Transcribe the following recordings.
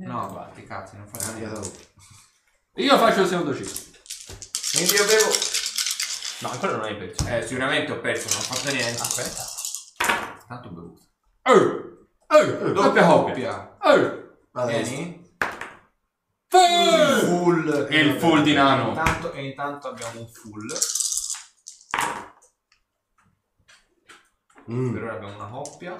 No, guardi, cazzo, non faccio niente. Io faccio il secondo giro. Quindi io bevo. No, ancora non hai perso. Sicuramente ho perso, non ho fatto niente. Aspetta. Tanto ho bevuto. Doppia coppia. Vieni. Full. E il full di nano. Intanto abbiamo un full. Per ora abbiamo una coppia.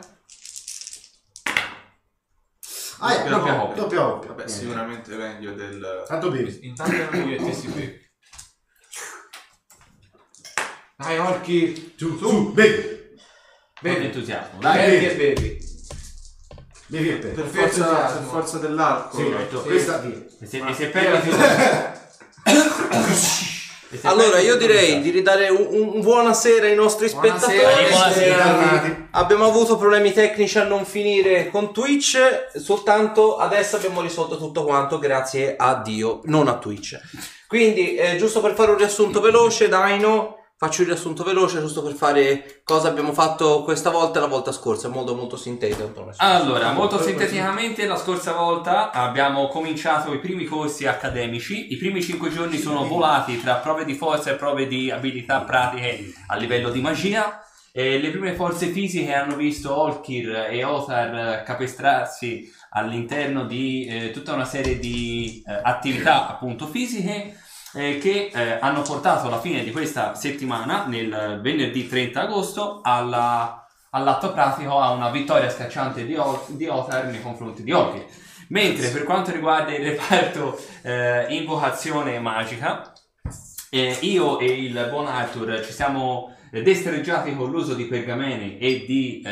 Doppia coppia. Vabbè, sicuramente meglio del... Tanto bevi. Intanto io e te si bevi. Dai, Orchi! Su, bevi. Bevi entusiasmo. Dai, che bevi. Bevi e bevi. Per entusiasmo. forza dell'alcol. Sì, questa sì. E se perdi Allora io direi di ridare un buonasera ai nostri spettatori. Buonasera. Abbiamo avuto problemi tecnici a non finire con Twitch, soltanto adesso abbiamo risolto tutto quanto grazie a Dio, non a Twitch. Quindi giusto per fare un riassunto veloce, Dino, faccio il riassunto veloce giusto per fare cosa abbiamo fatto questa volta e la volta scorsa, molto sintetico. Allora, molto sinteticamente, la scorsa volta abbiamo cominciato i primi corsi accademici. I primi 5 giorni sono volati tra prove di forza e prove di abilità pratiche a livello di magia. Le prime forze fisiche hanno visto Olkir e Othar capestrarsi all'interno di tutta una serie di attività appunto fisiche che hanno portato alla fine di questa settimana, nel venerdì 30 agosto, all'atto pratico a una vittoria schiacciante di Othar nei confronti di Olkir. Mentre per quanto riguarda il reparto invocazione magica, io e il buon Arthur ci siamo destreggiati con l'uso di pergamene e di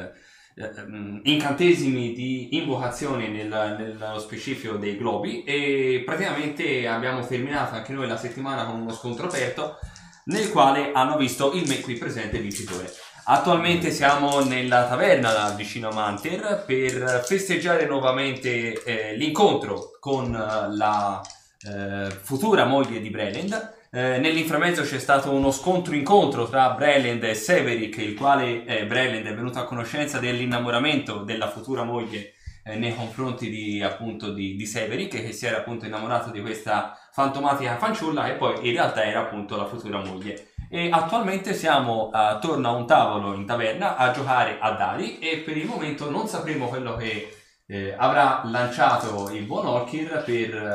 incantesimi di invocazione nello specifico dei globi, e praticamente abbiamo terminato anche noi la settimana con uno scontro aperto nel quale hanno visto il me qui presente vincitore. Attualmente siamo nella taverna vicino a Manter per festeggiare nuovamente l'incontro con la futura moglie di Brelend. Nell'inframezzo c'è stato uno scontro-incontro tra Brelend e Severick, il quale Brelend è venuto a conoscenza dell'innamoramento della futura moglie nei confronti di Severick, che si era appunto innamorato di questa fantomatica fanciulla e poi in realtà era appunto la futura moglie. E attualmente siamo attorno a un tavolo in taverna a giocare a dadi, e per il momento non sapremo quello che avrà lanciato il buon Olkir per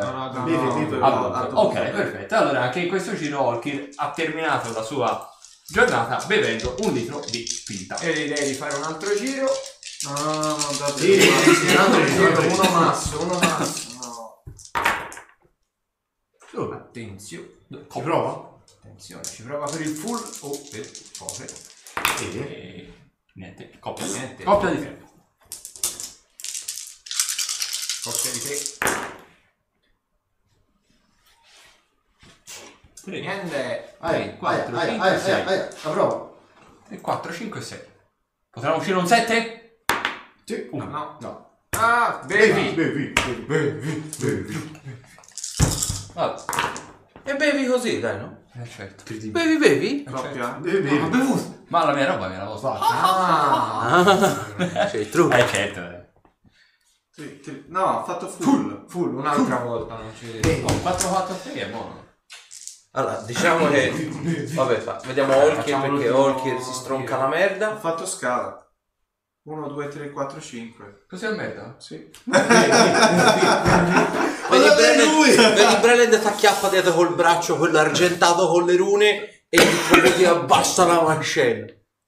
ok, perfetto. Allora anche in questo giro Olkir ha terminato la sua giornata bevendo 1 litro di pinta. E direi di fare un altro giro. No, Sì, un altro giro. Uno masso. No. Attenzione. Ci prova? Attenzione, ci prova per il full o per cose. E niente, coppia di Niente. coppia di tempo. Coppia di te. Niente. 3, 4, 5, 6. La prova. 3, 4, 5, 6. Potrà uscire un 7? Sì. No. No. Bevi. Vabbè. E bevi così, dai, no? Certo. Bevi? Coppia? Bevi. Ho bevuto. Ma la mia roba me la vostra. C'è il trucco. Certo. No, ha fatto full. Full, un'altra volta non ci... 4, 4, 3 è buono. Allora, diciamo che... Vabbè, vediamo Olkir, perché Olkir si stronca la Ha merda. fatto scala. 1, 2, 3, 4, 5. Così è merda? Sì. Vedi Brelend ti acchiappa dietro col braccio, quello argentato con le rune, e ti abbassa la mascella.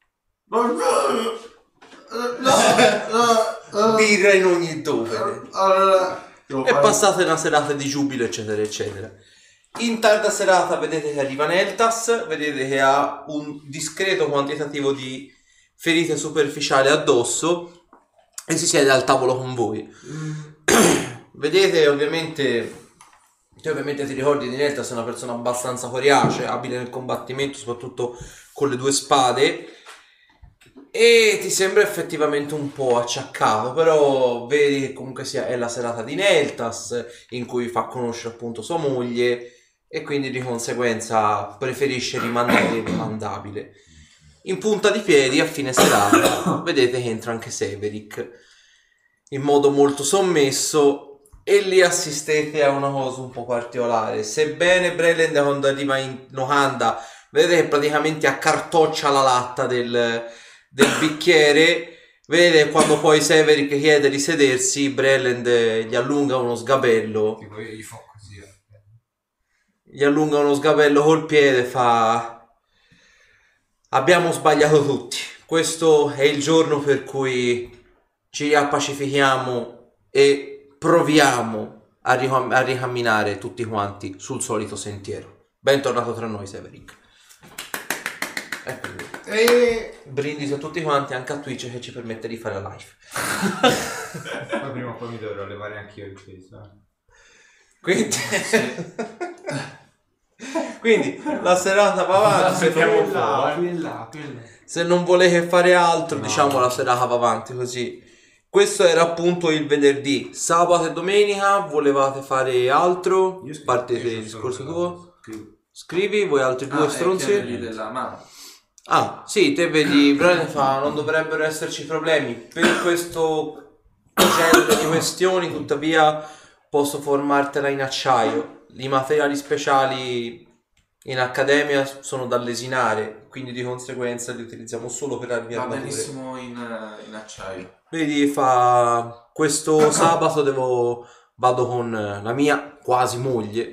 Birra in ogni dove. E passate una serata di giubilo, eccetera eccetera. In tarda serata vedete che arriva Neltas, vedete che ha un discreto quantitativo di ferite superficiali addosso e si siede al tavolo con voi. Vedete ovviamente ti ricordi di Neltas, è una persona abbastanza coriace, abile nel combattimento, soprattutto con le 2 spade, e ti sembra effettivamente un po' acciaccato, però vedi che comunque è la serata di Neltas in cui fa conoscere appunto sua moglie, e quindi di conseguenza preferisce rimanere rimandabile. In punta di piedi a fine serata vedete che entra anche Severick in modo molto sommesso e lì assistete a una cosa un po' particolare. Sebbene Breland quando arriva in locanda vedete che praticamente accartoccia la latta del bicchiere, vedete quando poi Severick chiede di sedersi, Breland gli allunga uno sgabello, Tipo io gli fa così. gli allunga uno sgabello col piede, fa: abbiamo sbagliato tutti, questo è il giorno per cui ci riappacifichiamo e proviamo a ricamminare tutti quanti sul solito sentiero. Bentornato tra noi, Severick. Ecco lui. E Brindisi a tutti quanti, anche a Twitch che ci permette di fare la live. poi prima o poi mi dovrò levare anch'io il peso. Quindi, quindi la serata va avanti. Se non volete fare altro, diciamo la serata va avanti così. Questo era appunto il venerdì. Sabato e domenica volevate fare altro? Io scrivo. Parte Io del scrivo discorso solo. tuo? Scrivi, voi altri due stronzi? chiedergli della mano. Ah, sì, te vedi, Brian fa, non dovrebbero esserci problemi. Per questo genere di questioni, tuttavia, posso formartela in acciaio. I materiali speciali in accademia sono da lesinare, quindi di conseguenza li utilizziamo solo per armi e Va armature. benissimo in acciaio. Vedi, fa, questo sabato vado con la mia quasi moglie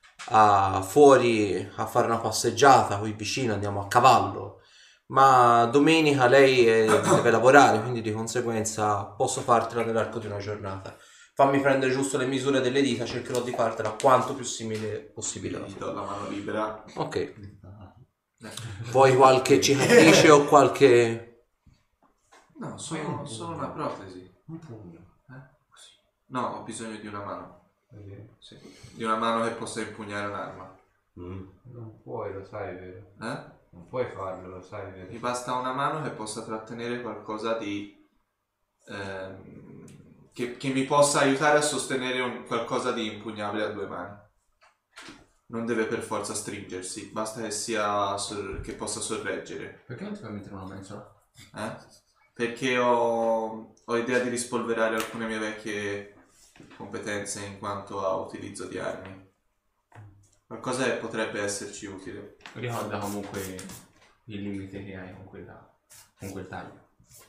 fuori a fare una passeggiata qui vicino, andiamo a cavallo, ma domenica lei deve lavorare, quindi di conseguenza posso fartela nell'arco di una giornata. Fammi prendere giusto le misure delle dita, cercherò di fartela quanto più simile possibile. Gli do la mano libera. Ok. Vuoi qualche cicatrice o qualche... No, solo una protesi. Un pugno. Così. No, ho bisogno di una mano. Così. Sì. Di una mano che possa impugnare un'arma. Non puoi, lo sai, vero? Eh? Non puoi farlo, lo sai, vero? Mi basta una mano che possa trattenere qualcosa di... che mi possa aiutare a sostenere qualcosa di impugnabile a due mani. Non deve per forza stringersi, basta che sia che possa sorreggere. Perché non ti fai mettere una mensola? Perché ho idea di rispolverare alcune mie vecchie competenze in quanto a utilizzo di armi. Qualcosa che potrebbe esserci utile. Ricorda comunque il limite che hai con quel taglio.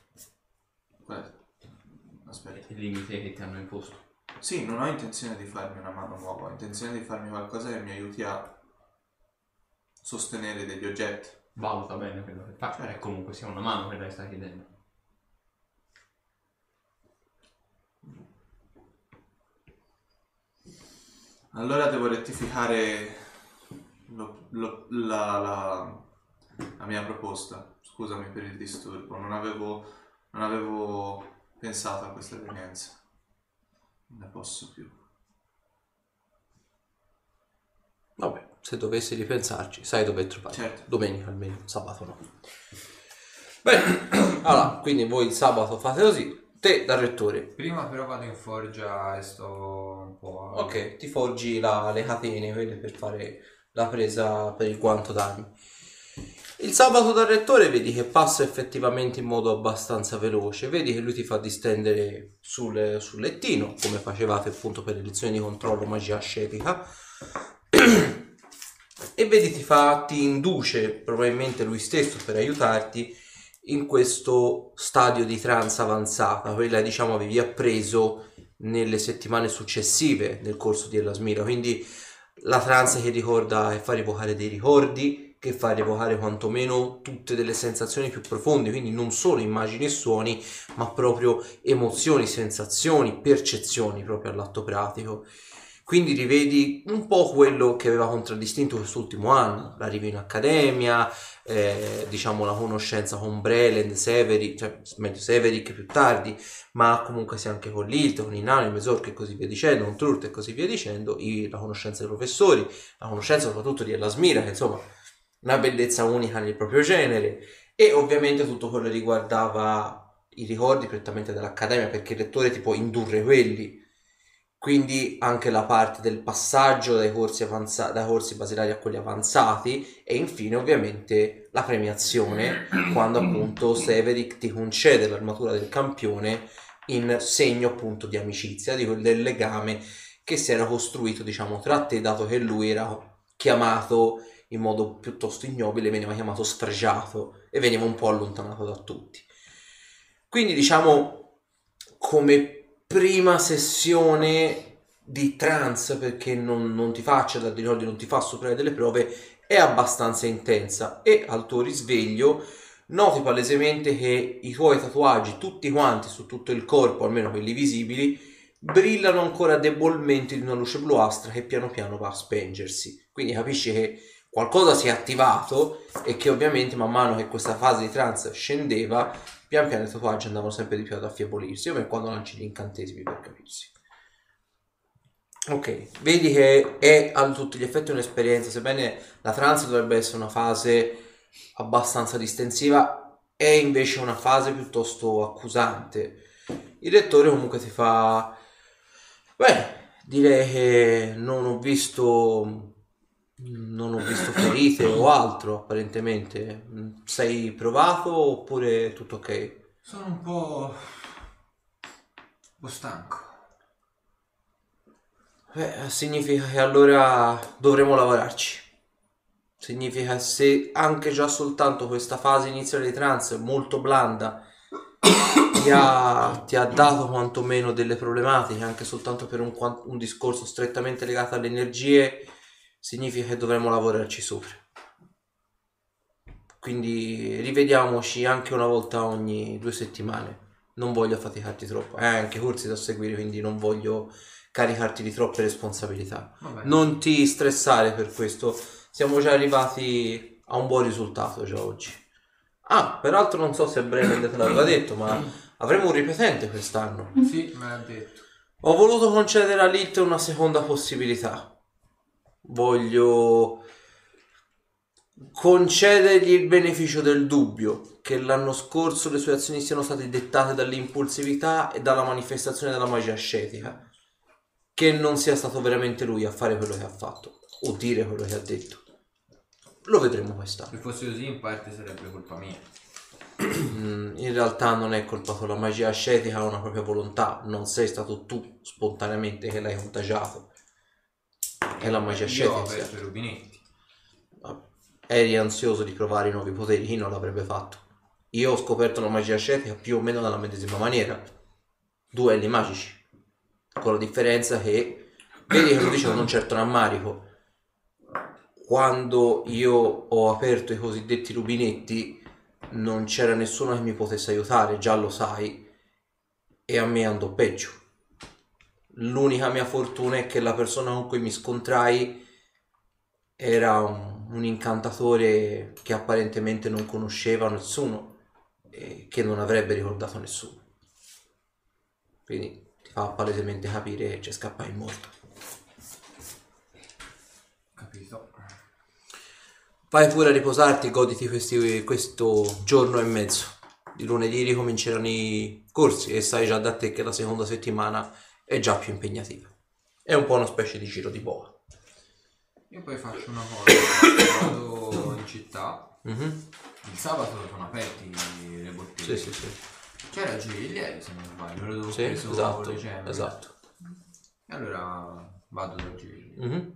Aspetta. Il limite che ti hanno imposto. Sì, non ho intenzione di farmi una mano nuova, ho intenzione di farmi qualcosa che mi aiuti a sostenere degli oggetti. Valuta bene quello che fa. Cioè, comunque sia una mano che lei sta chiedendo. Allora devo rettificare la mia proposta. Scusami per il disturbo, non avevo pensato a questa evenienza. Non ne posso più. Vabbè, se dovessi ripensarci, sai dove trovare. Certo. Domenica almeno, sabato no. Bene, allora, quindi voi il sabato fate così. Te, da rettore. Prima però vado in forgia e sto un po'... Ok, ti forgi le catene, quelle per fare la presa per il guanto d'armi. Il sabato dal rettore vedi che passa effettivamente in modo abbastanza veloce, vedi che lui ti fa distendere sul lettino, come facevate appunto per le lezioni di controllo magia ascetica, e vedi ti induce probabilmente lui stesso per aiutarti in questo stadio di trance avanzata, quella diciamo avevi appreso nelle settimane successive nel corso di Elasmira, quindi la trance che ricorda e fa rievocare dei ricordi, che fa rievocare quantomeno tutte delle sensazioni più profonde, quindi non solo immagini e suoni, ma proprio emozioni, sensazioni, percezioni proprio all'atto pratico. Quindi rivedi un po' quello che aveva contraddistinto quest'ultimo anno, l'arrivo in accademia, diciamo la conoscenza con Breland, Severick, cioè meglio Severick più tardi, ma comunque sia anche con Lilt, con Inano, il Mesork e così via dicendo, con Trurt e così via dicendo, la conoscenza dei professori, la conoscenza soprattutto di Elasmira, che insomma una bellezza unica nel proprio genere, e ovviamente tutto quello che riguardava i ricordi prettamente dell'accademia, perché il lettore ti può indurre quelli. Quindi anche la parte del passaggio dai corsi basilari a quelli avanzati, e infine ovviamente la premiazione quando appunto Severick ti concede l'armatura del campione in segno appunto di amicizia, del legame che si era costruito, diciamo, tra te, dato che lui era chiamato in modo piuttosto ignobile, veniva chiamato sfregiato e veniva un po' allontanato da tutti. Quindi, diciamo, come prima sessione di trance, perché non ti faccia da ricordi, non ti fa superare delle prove, è abbastanza intensa, e al tuo risveglio noti palesemente che i tuoi tatuaggi, tutti quanti su tutto il corpo, almeno quelli visibili, brillano ancora debolmente di una luce bluastra che piano piano va a spengersi. Quindi capisci che qualcosa si è attivato e che ovviamente man mano che questa fase di trance scendeva, pian piano i tatuaggi andavano sempre di più ad affievolirsi, come quando lanci gli incantesimi, per capirsi. Ok, vedi che è a tutti gli effetti un'esperienza, sebbene la trance dovrebbe essere una fase abbastanza distensiva, è invece una fase piuttosto accusante. Il lettore comunque ti fa: beh, direi che non ho visto ferite o altro, apparentemente. Sei provato oppure tutto ok? Sono un po' stanco. Beh, significa che allora dovremo lavorarci. Significa che se anche già soltanto questa fase iniziale di trance molto blanda ti ha dato quantomeno delle problematiche, anche soltanto per un discorso strettamente legato alle energie, significa che dovremo lavorarci sopra. Quindi rivediamoci anche una volta ogni 2 settimane. Non voglio affaticarti troppo, anche corsi da seguire, quindi non voglio caricarti di troppe responsabilità. Non ti stressare per questo, siamo già arrivati a un buon risultato già oggi. Ah, peraltro non so se Brenda te l'aveva detto, ma avremo un ripetente quest'anno. Sì, me l'ha detto. Ho voluto concedere a Lilt una seconda possibilità. Voglio concedergli il beneficio del dubbio che l'anno scorso le sue azioni siano state dettate dall'impulsività e dalla manifestazione della magia ascetica, che non sia stato veramente lui a fare quello che ha fatto o dire quello che ha detto. Lo vedremo quest'anno. Se fosse così, in parte sarebbe colpa mia. In realtà non è colpa tua, la magia ascetica ha una propria volontà, non sei stato tu spontaneamente che l'hai contagiato. È la magia ascetica. Io ho aperto i rubinetti. Eri ansioso di provare i nuovi poteri, chi non l'avrebbe fatto? Io ho scoperto la magia ascetica più o meno nella medesima maniera. Duelli magici. Con la differenza che, vedi che lo dicevo non certo rammarico, quando io ho aperto i cosiddetti rubinetti non c'era nessuno che mi potesse aiutare, già lo sai, e a me andò peggio. L'unica mia fortuna è che la persona con cui mi scontrai era un incantatore che apparentemente non conosceva nessuno e che non avrebbe ricordato nessuno. Quindi ti fa palesemente capire che c'è scappai morto. Capito. Vai pure a riposarti, goditi questo giorno e mezzo. Di lunedì ricominceranno i corsi e sai già da te che la seconda settimana è già più impegnativa. È un po' una specie di giro di boa. Io poi faccio una cosa, vado in città, il sabato sono aperti le botteghe. Sì. C'era Gigli ieri, se non sbaglio, lo devo Sì, preso esatto, le gemme. esatto. E allora vado da Gigli.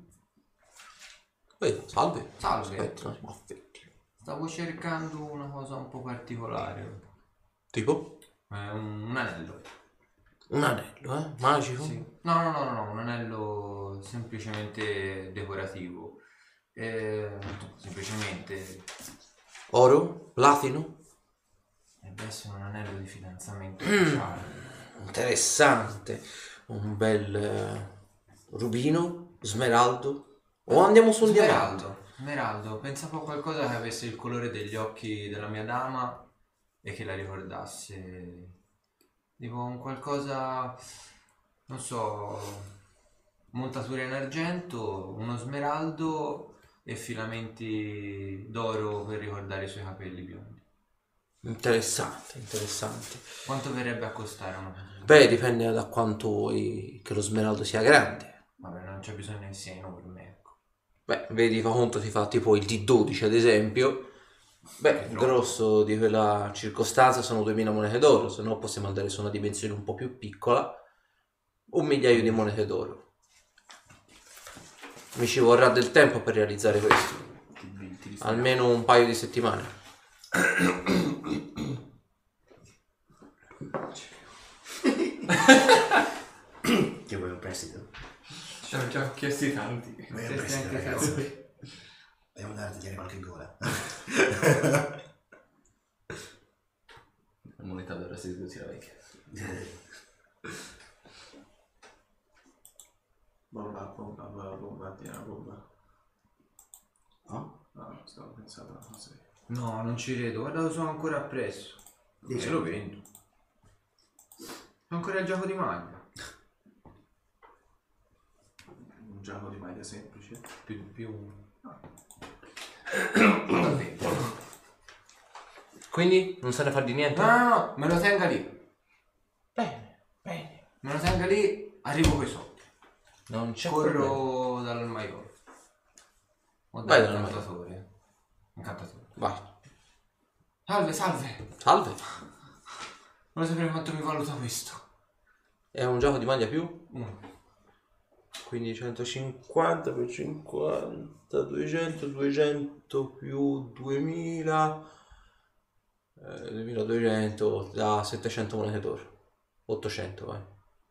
Salve. Salve. Aspetta un attimo, affetti. Stavo cercando una cosa un po' particolare. Tipo? Un anello. Un anello, magico? Sì. No, un anello semplicemente decorativo. Semplicemente Oro? Platino? deve essere un anello di fidanzamento ufficiale. Interessante. Un bel rubino? Smeraldo? O andiamo su un diamante? Smeraldo. Pensavo a qualcosa che avesse il colore degli occhi della mia dama e che la ricordasse. Tipo un qualcosa, non so, montatura in argento, uno smeraldo e filamenti d'oro per ricordare i suoi capelli biondi. Interessante. Quanto verrebbe a costare una cosa? Beh, dipende da quanto vuoi che lo smeraldo sia grande. Vabbè, non c'è bisogno che sia enorme, ecco. Beh, vedi, fa conto, ti fa tipo il D12 ad esempio, Beh, il grosso di quella circostanza sono 2000 monete d'oro, se no possiamo andare su una dimensione un po' più piccola, 1 migliaio di monete d'oro. Mi ci vorrà del tempo per realizzare questo, almeno un paio di settimane. Che vuoi un prestito? Ci hanno già chiesti tanti. Vuoi un prestito, ragazzi? Devo andare a tagliare qualche gola. La moneta d'oro si la vecchia. Bomba, tieni la bomba. No? No, stavo pensando a una cosa. No, non ci credo, guarda, lo sono ancora appresso. Dici? Se lo vendo. È ancora il gioco di maglia. Un gioco di maglia semplice. Più. Quindi non se ne fa di niente? No, me lo tenga lì. Bene. Me lo tenga lì, arrivo coi soldi. Non c'è problema. Corro dal maiolo. O Vai dal dal incantatore. Incantatore. Vai. Salve. Salve. Volevo sapere quanto mi valuta questo. È un gioco di maglia più? 1. Quindi 150 più 50, 200 più 2000, 2200 da 700 monete d'oro. 800, vai.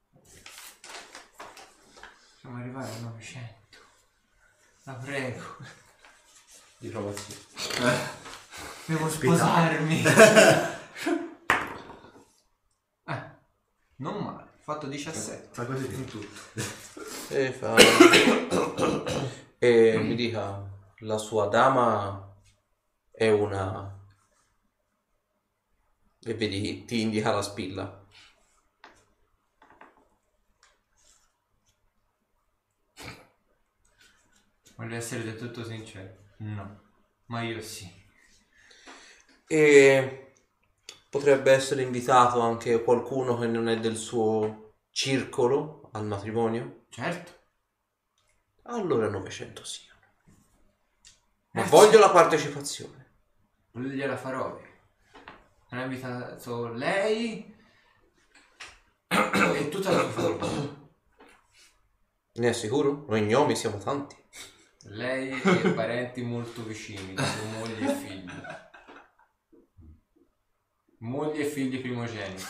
Siamo arrivati a 900. La prego. Di promozione. Devo sposarmi. Non male. Ho fatto 17. Fa così. In tutto. E mi dica, la sua dama è una... E vedi, ti indica la spilla. Voglio essere del tutto sincero. No. Ma io sì. E potrebbe essere invitato anche qualcuno che non è del suo circolo al matrimonio? Certo. Allora 900 siano. Ma voglio la partecipazione. Gliela farò. Hanno invitato lei e tutta la sua famiglia. Ne è sicuro? Noi gnomi siamo tanti. Lei e parenti molto vicini, tipo moglie e figli. Moglie e figli primogeniti.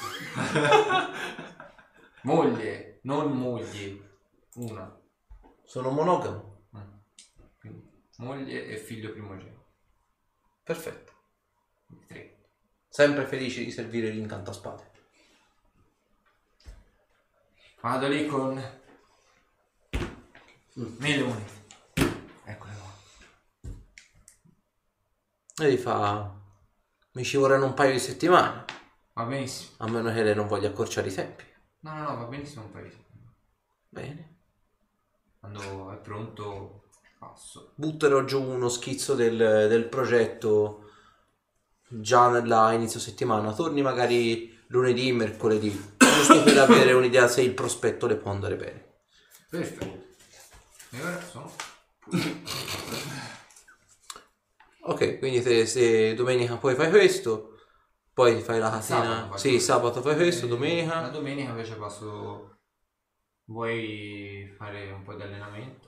Moglie, non mogli. Una. Sono monogamo. Quindi, moglie e figlio primogenito. Perfetto. 3. Sempre felice di servire l'incantaspade. Vado lì con 1000 monete. Eccole qua. E gli fa... Mi ci vorranno un paio di settimane. Va benissimo. A meno che lei non voglia accorciare i tempi. No, va benissimo un paese. Bene. Quando è pronto passo. Butterò giù uno schizzo del progetto già nella inizio settimana. Torni magari lunedì, mercoledì, giusto per avere un'idea se il prospetto le può andare bene. Perfetto. E ora sono. Ok, quindi se domenica poi fai questo, poi ti fai la catena. Sabato faccio Sì, questo. sabato fai questo, La domenica. domenica invece passo. Vuoi fare un po' di allenamento?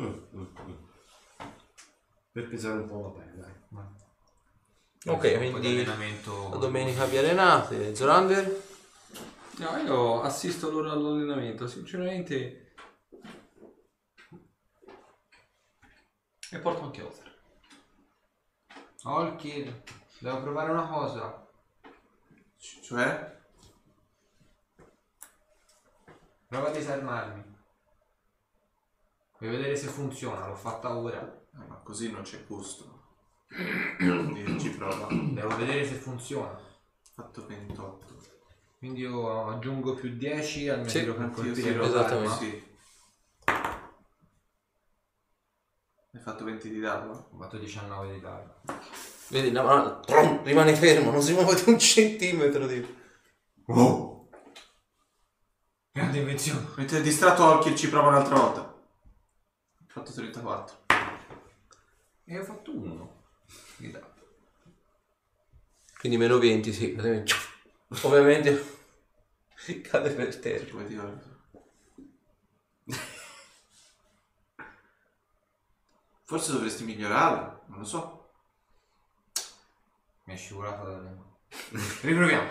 Per pesare un po' la pelle, dai. Ok, Un po' di quindi allenamento. la domenica vi allenate. Zorander? No, io assisto loro all'allenamento, sinceramente. E porto anche oltre. Olkir, devo provare una cosa. Cioè? Prova a disarmarmi. Voglio vedere se funziona, l'ho fatta ora. Ma così non c'è gusto. Quindi ci prova. Ho Devo vedere se funziona. fatto 28. Quindi io aggiungo più 10 al mio Sì, tiro per Anch'io colpire sì, con esattamente. l'arma. Sì. Hai fatto 20 di dado? Ho fatto 19 di dado. Vedi, la mano rimane fermo, non si muove di un centimetro. Oh! Grande invenzione. Mentre è distratto Olkir ci prova un'altra volta. Ho fatto 34. E ho fatto 1 di dado. Quindi meno 20, sì. Ovviamente cade per terra. Come ti ricordo? Forse dovresti migliorarlo, non lo so. Mi è scivolato dalle mani. Riproviamo.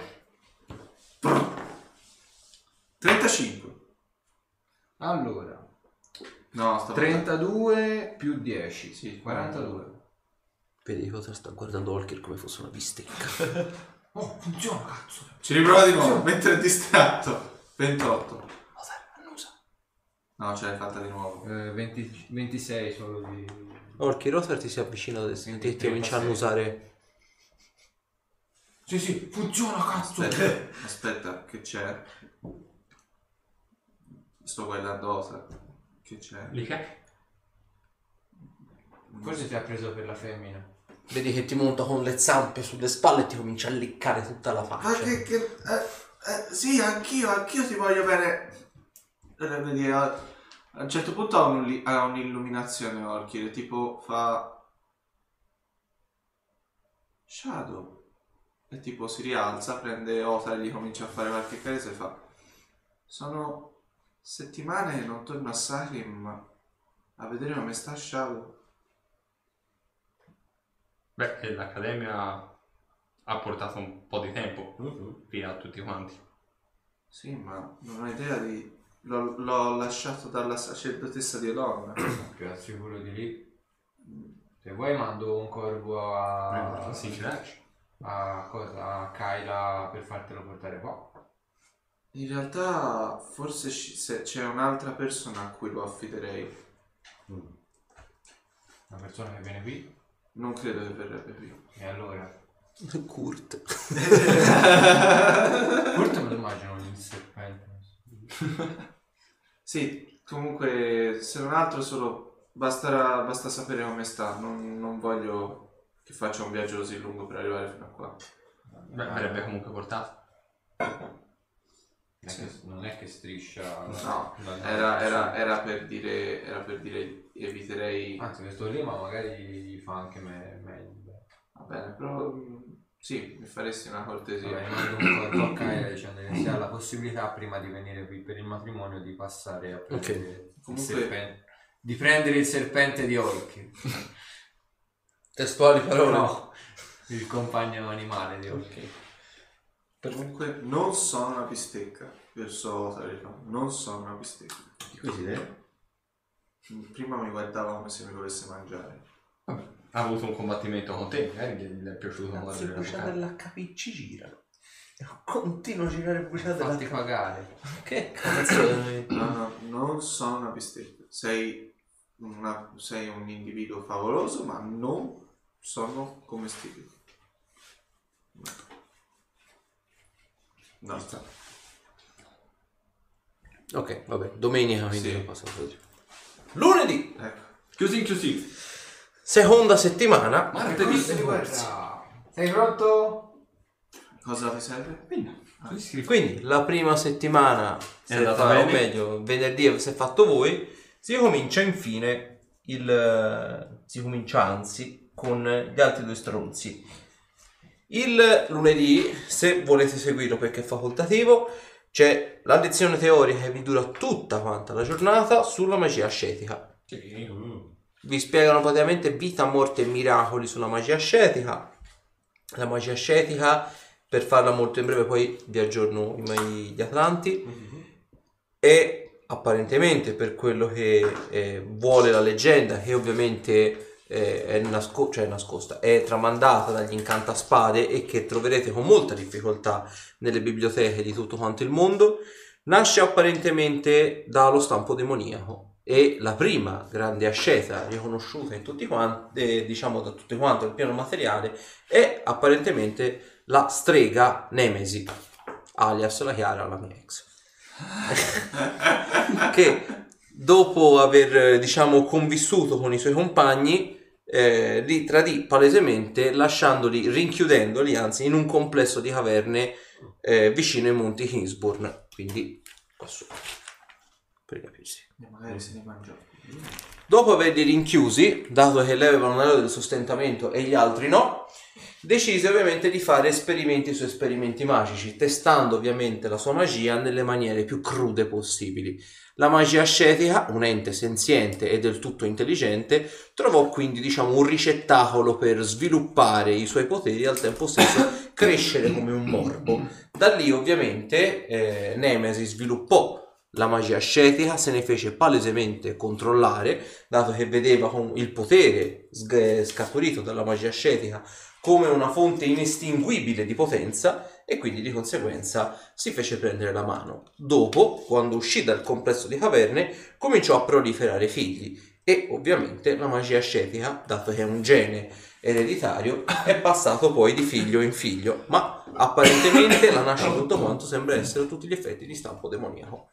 35. Allora, No, sta 32 più 10. Sì, 42. Vedi cosa sta guardando Walker come fosse una bistecca. Oh, funziona, cazzo. Ci riprova di nuovo, mentre è distratto. 28. No, ce l'hai fatta di nuovo. 26 solo di... Walker Roser ti si avvicina adesso e ti comincia a usare. Sì, funziona, cazzo. Aspetta, che c'è? Sto guardando Osa. Che c'è? Lì che? Forse ti ha preso per la femmina. Vedi che ti monta con le zampe sulle spalle e ti comincia a leccare tutta la faccia. Ma sì, anch'io ti voglio bene. Vedi, a un certo punto ha un'illuminazione Orchid, tipo fa Shadow e tipo si rialza, prende Ota e gli comincia a fare qualche carezza e fa: sono settimane che non torno a Sarim a vedere come sta Shadow. Beh, l'accademia ha portato un po' di tempo via a tutti quanti. Sì, ma non ho idea di... L'ho lasciato dalla sacerdotessa di Elon. Più al sicuro di lì. Se vuoi mando un corvo a Kyla per fartelo portare qua. In realtà forse se c'è un'altra persona a cui lo affiderei. Una persona che viene qui. Non credo che verrebbe qui. E allora? Kurt. Kurt me lo immagino il serpente. Sì, comunque se non altro solo basta sapere come sta. Non voglio che faccia un viaggio così lungo per arrivare fino a qua. Beh, verrebbe comunque portato. Non è che striscia. No, era per dire eviterei. Anzi, questo lì, ma magari gli fa anche meglio. Va bene, però sì, mi faresti una cortesia. Vabbè, mando un corvo a Kyla dicendo che si ha la possibilità prima di venire qui per il matrimonio di passare a prendere Comunque... il serpente. Di prendere il serpente di Orchid. Testuali parole. No, il compagno animale di Orchid. Comunque non sono una bistecca. Verso Tarifon, non sono una bistecca. Di così vero? Prima mi guardava come se mi volesse mangiare. Vabbè, ha avuto un combattimento con te, magari gli è piaciuto Le guardare la pubblicità vocale. dell'HP ci girano. Continuo a girare pubblicità Fatti dell'HP. pagare. Che cazzo? No, non sono una bistecca. Sei un individuo favoloso, ma non sono commestibile. No. Ok, vabbè, domenica quindi Sì. lo passo così. Lunedì, Ecco. Chiusi. seconda settimana. Martedì. Sei pronto? Cosa ti serve? Quindi la prima settimana, È andata bene. o meglio, venerdì se fatto voi, si comincia anzi con gli altri due stronzi. Il lunedì, se volete seguirlo perché è facoltativo, c'è la lezione teorica che vi dura tutta quanta la giornata sulla magia ascetica. Vi spiegano praticamente vita, morte e miracoli sulla magia ascetica. La magia ascetica, per farla molto in breve, poi vi aggiorno gli Atlanti, e apparentemente, per quello che vuole la leggenda, che ovviamente è nascosta, è tramandata dagli incantaspade e che troverete con molta difficoltà nelle biblioteche di tutto quanto il mondo, nasce apparentemente dallo stampo demoniaco, e la prima grande asceta riconosciuta in tutti quanti, diciamo da tutti quanti il piano materiale, è apparentemente la strega Nemesi, alias la Chiara, la mia ex, che dopo aver convissuto con i suoi compagni li tradì palesemente, rinchiudendoli anzi in un complesso di caverne vicino ai monti Kingsburn, quindi qua sotto, per capirsi. Magari se ne mangia. Dopo averli rinchiusi, dato che lei aveva un anello del sostentamento e gli altri no, decise ovviamente di fare esperimenti su esperimenti magici, testando ovviamente la sua magia nelle maniere più crude possibili. La magia ascetica, un ente senziente e del tutto intelligente, trovò quindi diciamo un ricettacolo per sviluppare i suoi poteri e al tempo stesso crescere come un morbo. Da lì ovviamente Nemesi sviluppò la magia ascetica, se ne fece palesemente controllare, dato che vedeva il potere scaturito dalla magia ascetica come una fonte inestinguibile di potenza e quindi di conseguenza si fece prendere la mano. Dopo, quando uscì dal complesso di caverne, cominciò a proliferare figli e ovviamente la magia ascetica, dato che è un gene ereditario, è passato poi di figlio in figlio, ma apparentemente la nascita di tutto quanto sembra essere a tutti gli effetti di stampo demoniaco.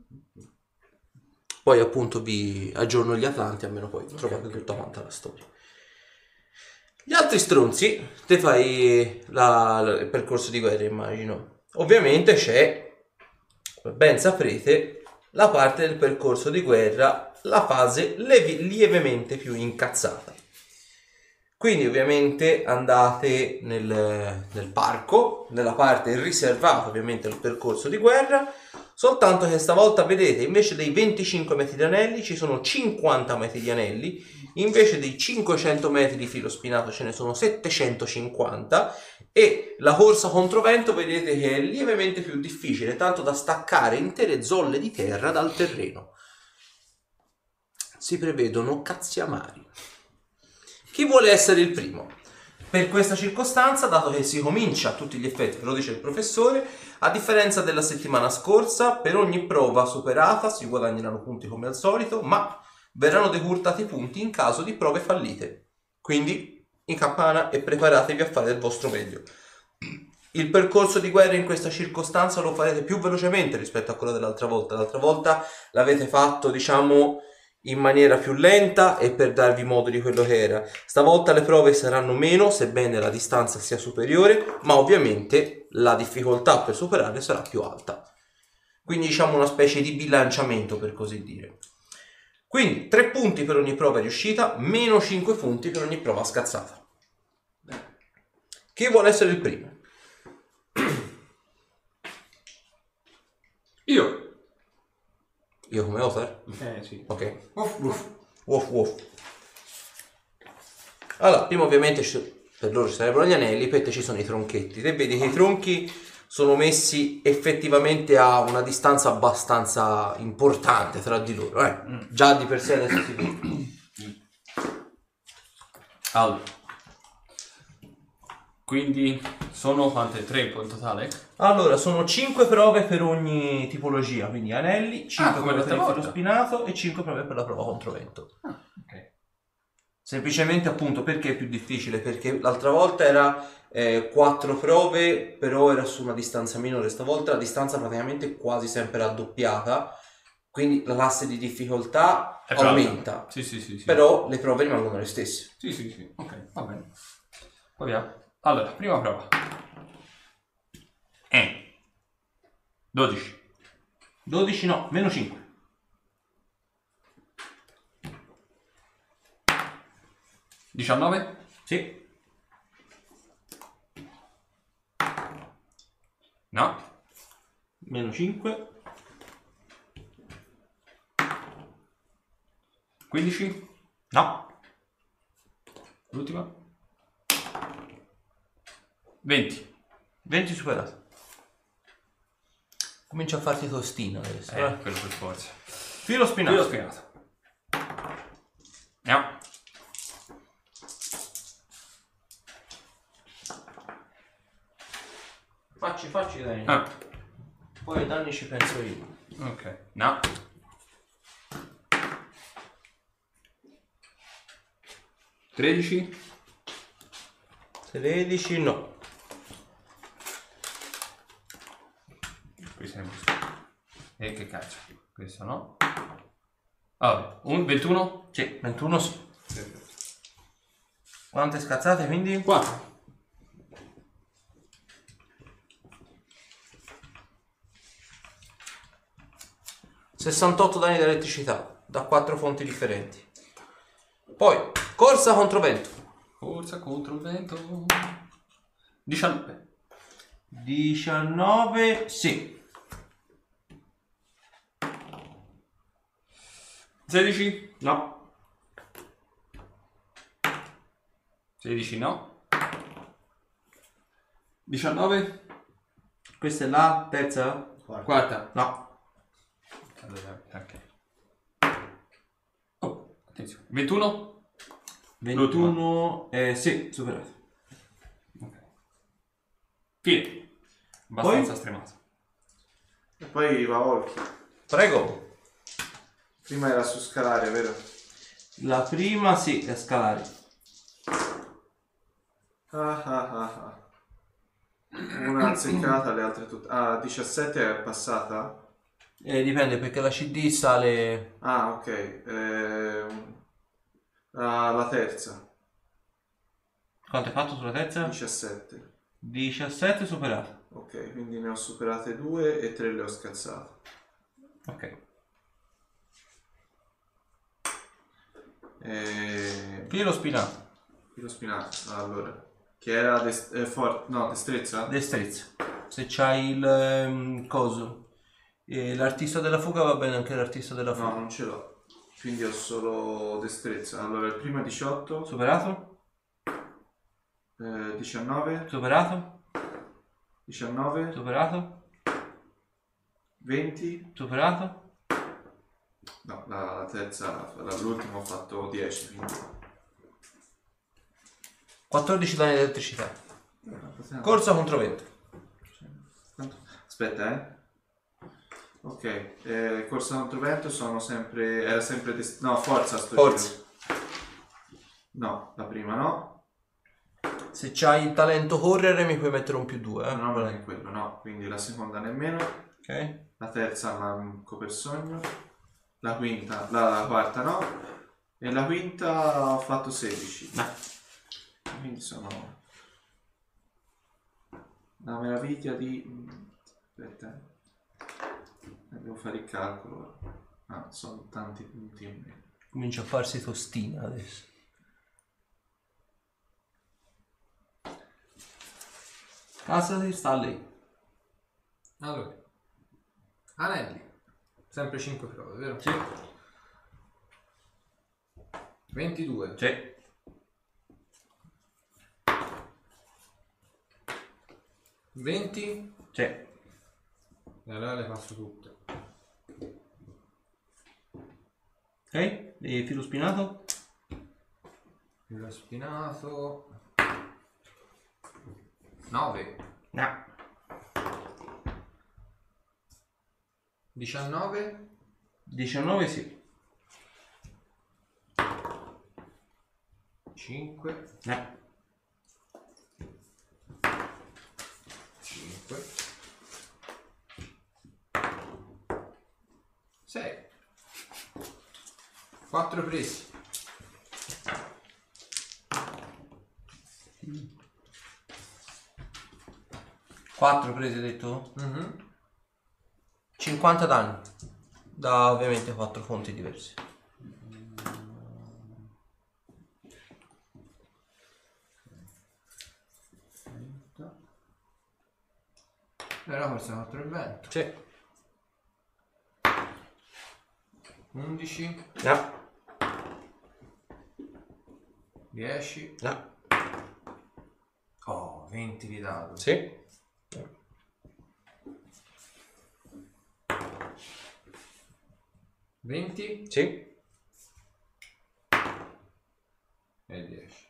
Poi appunto vi aggiorno gli Atlanti, almeno poi trovate tutta quanta la storia. Gli altri stronzi, te fai il percorso di guerra, immagino. Ovviamente c'è, come ben saprete, la parte del percorso di guerra, la fase lievemente più incazzata. Quindi ovviamente andate nel parco, nella parte riservata ovviamente al percorso di guerra, soltanto che stavolta vedete invece dei 25 metri di anelli ci sono 50 metri di anelli, invece dei 500 metri di filo spinato ce ne sono 750 e la corsa controvento vedete che è lievemente più difficile, tanto da staccare intere zolle di terra dal terreno. Si prevedono cazzi amari. Chi vuole essere il primo? Per questa circostanza, dato che si comincia a tutti gli effetti, ve lo dice il professore, a differenza della settimana scorsa, per ogni prova superata si guadagneranno punti come al solito, ma verranno decurtati punti in caso di prove fallite. Quindi in campana e preparatevi a fare del vostro meglio. Il percorso di guerra in questa circostanza lo farete più velocemente rispetto a quello dell'altra volta. L'altra volta l'avete fatto, diciamo, in maniera più lenta e per darvi modo di quello che era. Stavolta le prove saranno meno, sebbene la distanza sia superiore, ma ovviamente la difficoltà per superarle sarà più alta. Quindi diciamo una specie di bilanciamento, per così dire. Quindi 3 punti per ogni prova riuscita, meno 5 punti per ogni prova scazzata. Chi vuole essere il primo? Io come Othar? Sì. Ok. Uff. Woff. Allora, prima ovviamente per loro ci sarebbero gli anelli, per te ci sono i tronchetti. Te vedi che i tronchi sono messi effettivamente a una distanza abbastanza importante tra di loro. Già di per sé adesso si vede. Allora. Quindi sono quante? 3 in totale? Allora, sono 5 prove per ogni tipologia, quindi anelli, 5 come prove per il l'altra filo volta. spinato e 5 prove per la prova controvento. Ok. Semplicemente appunto perché è più difficile? Perché l'altra volta era 4 prove, però era su una distanza minore, stavolta la distanza praticamente quasi sempre raddoppiata, quindi la classe di difficoltà È più aumenta, alta. Sì. però le prove rimangono le stesse. Sì. Ok, va bene. Proviamo. Allora, prima prova. 12. 12 no, meno 5. 19? Sì. No. Meno 5. 15? No. L'ultima? 20. 20 superato. Comincia a farti tostina adesso. Quello per forza. Filo spinato. Filo spinato. No. Facci dai. Poi ai danni ci penso io. Ok. No. 13? 13 no. Questo è e che cazzo? Questo no. Vabbè, un 21? Sì, 21 sì. Quante scazzate quindi? 4. 68 danni di elettricità. da 4 fonti differenti. Poi, corsa contro vento. Forza contro il vento. 19. 19, sì. 16. No. 16 no. 19. Questa è la terza? Quarta. No. Allora, ok. Oh, attenzione. 21. 21, sì, superato. Ok. Fine. Abbastanza Poi? stremato. E poi va Volky. Prego. Prima era su scalare, vero? La prima, sì, è scalare. Ah. Una azzeccata, le altre tutte. Ah, 17 è passata? Dipende perché la CD sale... Ah, ok. La terza. Quanto hai fatto sulla terza? 17. 17 superato. Ok, quindi ne ho superate 2 e 3 le ho scazzate. Ok. Filo spinato. Filo spinato, allora. Che era destrezza? Destrezza. Se c'hai il coso. L'artista della fuga va bene anche l'artista della fuga. No, non ce l'ho. Quindi ho solo destrezza. Allora, il primo è 18. Superato? 19. Superato? 19. Superato? 20. Superato? No, la terza, l'ultimo ho fatto 10. Quindi... 14 danni di elettricità. Corsa contro vento. Aspetta, Ok, corsa contro vento sono sempre... Era sempre... no, forza sto Forza. giro. No, la prima no. Se c'hai il talento correre mi puoi mettere un +2. No, non è quello, no. Quindi la seconda nemmeno. Ok. La terza manco per sogno. La quinta, la quarta no. E la quinta ho fatto 16. No. Quindi sono una meraviglia di... Aspetta, devo fare il calcolo. Ah, sono tanti punti in meno. Comincia a farsi tostina adesso. Casa di sta lì. Allora, anelli, sempre 5 prove, vero? Sì. 22, Sì. 20, Sì. e allora le passo tutte. Ok. E filo spinato? Il spinato 9, No. 19, 19 sì. 5, No. 5, 6, 4 presi. 4 presi hai detto? Mhm. 50 danni. Da ovviamente 4 fonti diverse. Era forse un altro evento. Sì. 11, No. 10, No. oh, 20 di dado. Sì. 20 Sì. e 10.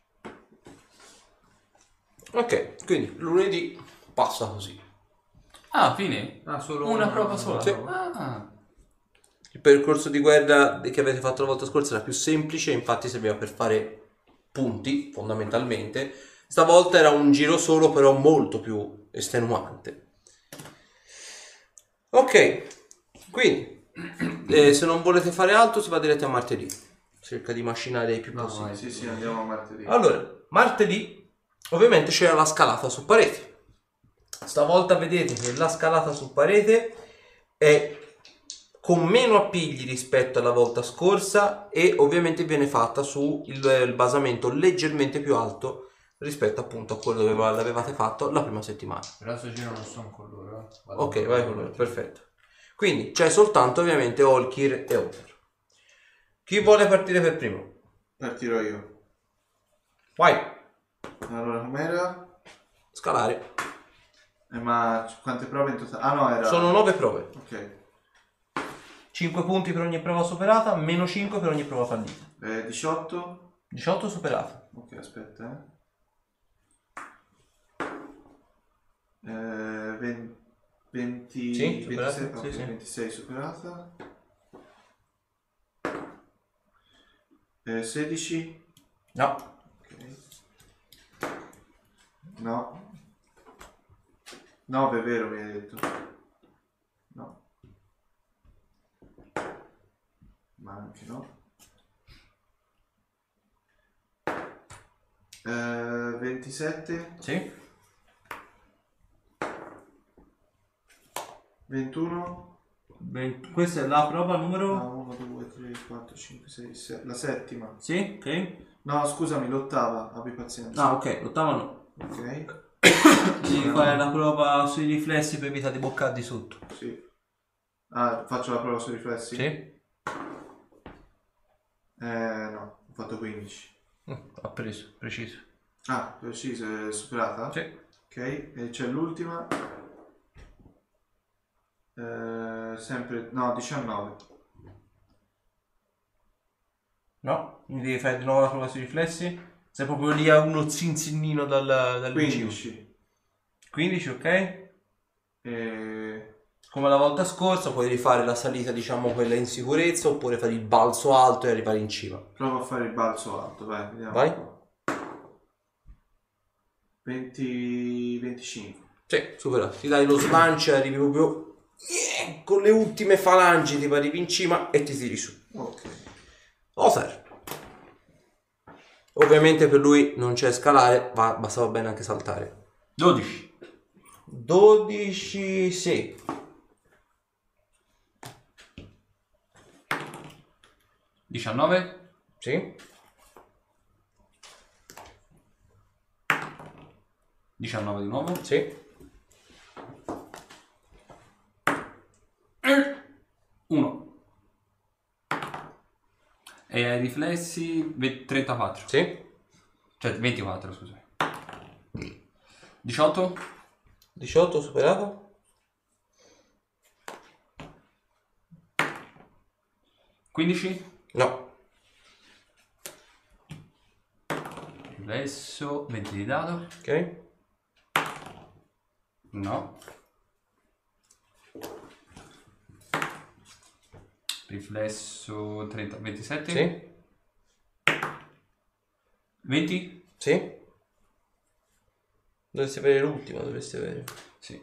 Ok, quindi lunedì passa così. Ah, fine? Ah, solo Una prova sola? Sì. Ah. Il percorso di guerra che avete fatto la volta scorsa era più semplice, infatti serviva per fare punti, fondamentalmente. Stavolta era un giro solo, però molto più estenuante. Ok, quindi se non volete fare altro si va diretti a martedì. Cerca di macinare il più No, possibile. Sì, andiamo a martedì. Allora, martedì ovviamente c'era la scalata su parete. Stavolta vedete che la scalata su parete è con meno appigli rispetto alla volta scorsa e ovviamente viene fatta su il basamento leggermente più alto rispetto appunto a quello dove l'avevate fatto la prima settimana. Per questo giro non sono con loro. Ok, vai con loro, perfetto. Quindi c'è soltanto ovviamente Olkir e Otter. Chi vuole partire per primo? Partirò io. Vai. Allora, com'era? Scalare. Ma quante prove in totale? Ah no, era... Sono 9 prove. Ok. 5 punti per ogni prova superata, meno 5 per ogni prova fallita. 18. 18 superata. Ok, aspetta. 20... Sì, superata, 26, sì, ok, sì. 26 superata. 16. No. Ok. No. 9 è vero, mi hai detto. No. Ma anche no. 27. Sì. 21. Questa è la prova numero... 1, 2, 3, 4, 5, 6, 7. La settima. Sì, ok. No, scusami, l'ottava. Abbi pazienza. Ah, ok, l'ottava no. Ok. Devi fare la prova sui riflessi per evitare di boccare di sotto. Sì. Ah, faccio la prova sui riflessi? Sì. No, ho fatto 15. Ha preso, preciso. Ah, preciso, è superata? Sì. Ok, e c'è l'ultima. Sempre, no, 19. No, quindi devi fare di nuovo la prova sui riflessi. Sei proprio lì a uno zinzinnino dal 15. 15, ok? E... Come la volta scorsa puoi rifare la salita, diciamo quella in sicurezza, oppure fare il balzo alto e arrivare in cima. Prova a fare il balzo alto, vai, vediamo. Vai. 25. Sì, supera. Ti dai lo slancio e arrivi proprio con le ultime falangi, ti arrivi in cima e ti tiri su. Ok. Oser. Ovviamente per lui non c'è scalare, ma bastava bene anche saltare. 12. 12, sì. 19. Sì. 19 di nuovo. Sì. 1. E ai riflessi 34. Sì. Cioè 24, scusami. 18. 18 superato. 15. No. Riflesso 20 di dado. Ok. No. Riflesso 30, 27. Sì. 20. Sì. Dovresti avere l'ultima, dovresti avere. Sì.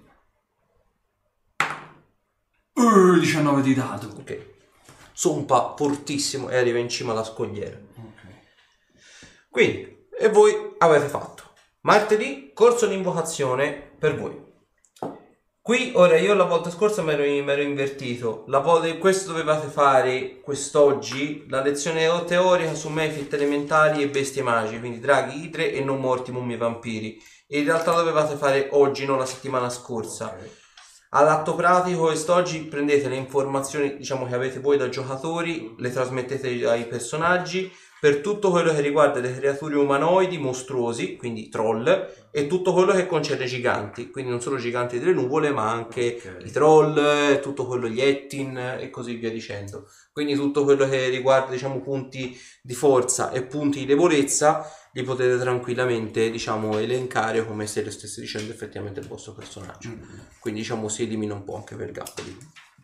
19 di dado. Ok. Sompa fortissimo e arriva in cima alla scogliera. Ok. Quindi, e voi avete fatto. Martedì, corso di invocazione per voi. Qui, ora, io la volta scorsa mi ero invertito. Questo dovevate fare quest'oggi, la lezione teorica su Mephit, elementari e bestie magiche, quindi draghi, idre e non morti, mummie e vampiri. In realtà dovevate fare oggi, non la settimana scorsa. Okay. All'atto pratico, quest'oggi prendete le informazioni, diciamo, che avete voi da giocatori, le trasmettete ai personaggi. Per tutto quello che riguarda le creature umanoidi mostruosi, quindi troll, e tutto quello che concerne i giganti, quindi non solo i giganti delle nuvole, ma anche i troll, tutto quello gli Ettin e così via dicendo. Quindi tutto quello che riguarda, diciamo, punti di forza e punti di debolezza li potete tranquillamente, diciamo, elencare come se lo stesse dicendo effettivamente il vostro personaggio. Quindi, diciamo, si elimina un po' anche per gappoli.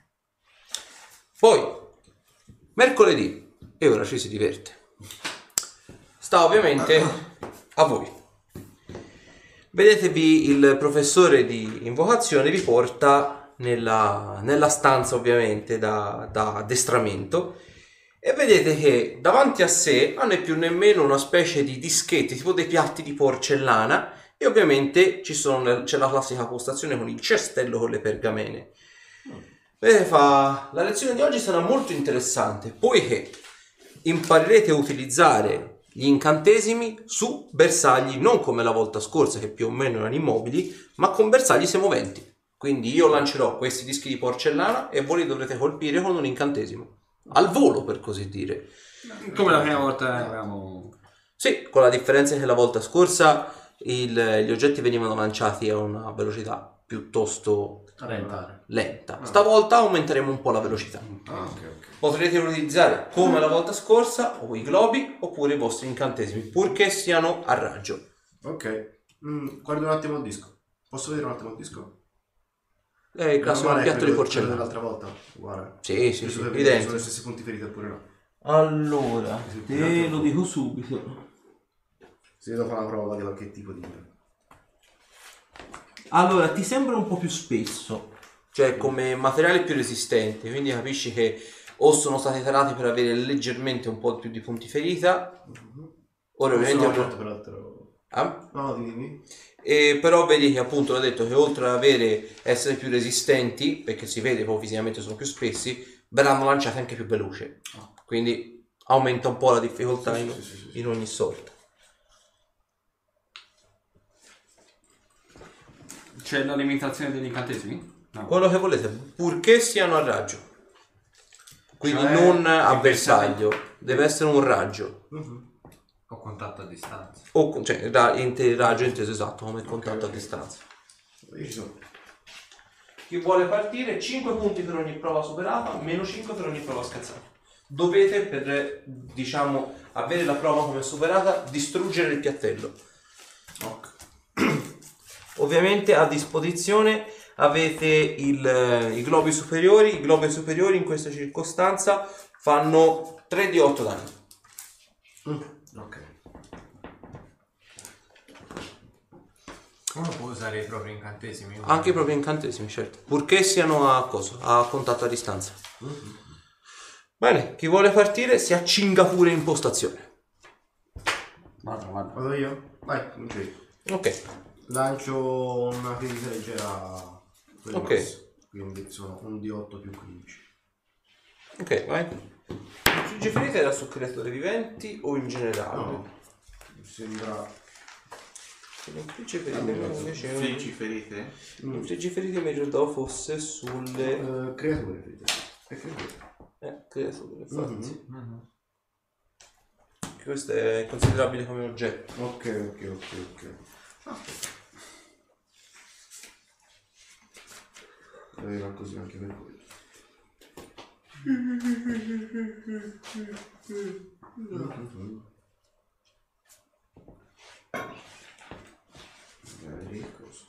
Poi, mercoledì, e ora ci si diverte. Sta ovviamente a voi. Vedetevi il professore di invocazione vi porta nella stanza ovviamente da addestramento e vedete che davanti a sé non è più nemmeno una specie di dischetti tipo dei piatti di porcellana e ovviamente c'è la classica postazione con il cestello con le pergamene. La lezione di oggi sarà molto interessante, poiché imparerete a utilizzare gli incantesimi su bersagli non come la volta scorsa, che più o meno erano immobili, ma con bersagli semoventi. Quindi io lancerò questi dischi di porcellana e voi li dovrete colpire con un incantesimo. Al volo, per così dire. Come la prima volta avevamo... Sì, con la differenza che la volta scorsa gli oggetti venivano lanciati a una velocità piuttosto lenta. Stavolta aumenteremo un po' la velocità. Potrete utilizzare come la volta scorsa o i globi oppure i vostri incantesimi, purché siano a raggio. Ok. Guardo un attimo il disco. Posso vedere un attimo il disco? È il classico piatto di porcellana. Dell'altra volta? Guarda. Sì, Identico. Sono gli stessi punti feriti oppure no? Allora, te lo dico subito. Se devo fare una prova di qualche tipo di... Allora, ti sembra un po' più spesso, cioè come materiale più resistente, quindi capisci che o sono stati tarati per avere leggermente un po' più di punti ferita, ora ovviamente... peraltro... Ah? No, dimmi. E però vedi che appunto ho detto che oltre ad essere più resistenti, perché si vede poi fisicamente sono più spessi, verranno lanciati anche più veloci, quindi aumenta un po' la difficoltà in ogni sorta. C'è la limitazione degli incantesimi? No. Quello che volete, purché siano a raggio, quindi Cioè, non a bersaglio, deve essere un raggio. O contatto a distanza. O cioè raggio inteso esatto come contatto a distanza. Io ci sono. Chi vuole partire 5 punti per ogni prova superata, meno 5 per ogni prova scazzata. Dovete, per diciamo avere la prova come superata, distruggere il piattello. Ok. Ovviamente a disposizione avete i globi superiori. I globi superiori in questa circostanza fanno 3 di 8 danni. Ok. Uno può usare i propri incantesimi. Anche i propri incantesimi, certo. Purché siano a contatto a distanza. Bene, chi vuole partire si accinga pure in postazione. Guarda. Vado io? Vai, non c'è. Ok. Lancio una critica leggera. Ok. Masso. Quindi sono un D8 più 15. Ok, vai. Infligge ferite era su creature viventi o in generale? No. Mi sembra... Infligge ferite invece... Infliggi ferite? Infligge ferite mi ricordavo fosse sulle... creature ferite. E creature. Creature, infatti. Questo è considerabile come oggetto. Ok. Era così anche per quello. Magari cosa.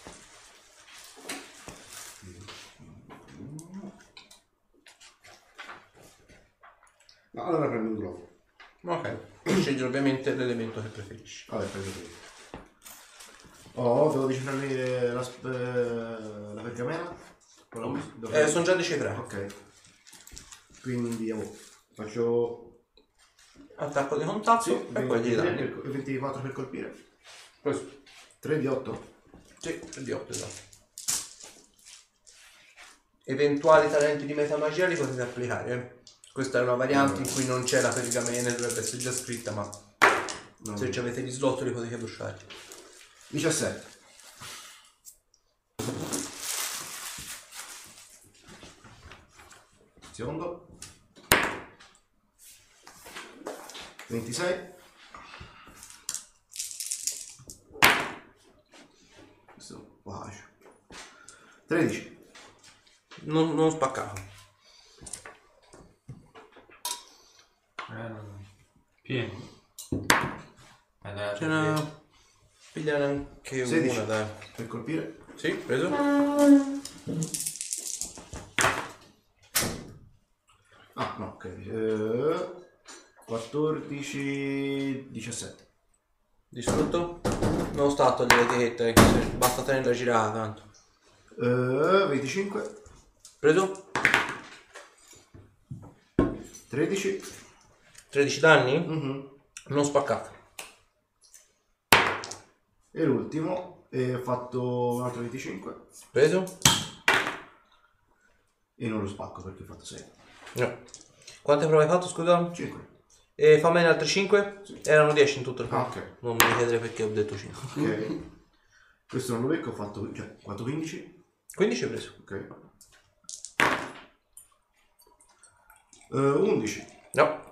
No, allora prendo un globo. Ok. Scegli ovviamente l'elemento che preferisci. Vabbè, prendo quello. Oh, devo decifrare la pergamena? Sono già decifrati. Ok. Quindi faccio... Attacco di contatto Sì, e poi gli danni. 24 per colpire. Questo. 3 di 8. Sì, 3 di 8, esatto. Eventuali talenti di metamagia li potete applicare. Questa è una variante in cui non c'è la pergamena, dovrebbe essere già scritta, ma se ci avete gli slot li potete bruciare. 17. Secondo. 26. Questo bacio. 13. Non spaccato. Pieno. Ce n'è... Pigliare anche 16. una, dai. Per colpire. Sì, preso. Ah, no, ok. 14, 17. Distrutto? Non sta a togliere l'etichetta, basta tenerla girata tanto. 25. Preso? 13. 13 danni? Mhm. Non spaccato. E l'ultimo, ho fatto un altro 25. Preso? E non lo spacco perché ho fatto 6. No. Quante prove hai fatto, scusa? 5. E fammi altre 5? Sì. Erano 10 in tutto il Ah, campo. ok. Non mi chiedere perché ho detto 5. Ok. Questo non lo becco, ho fatto, cioè, 4, 15. 15 hai preso? Ok. 11. No.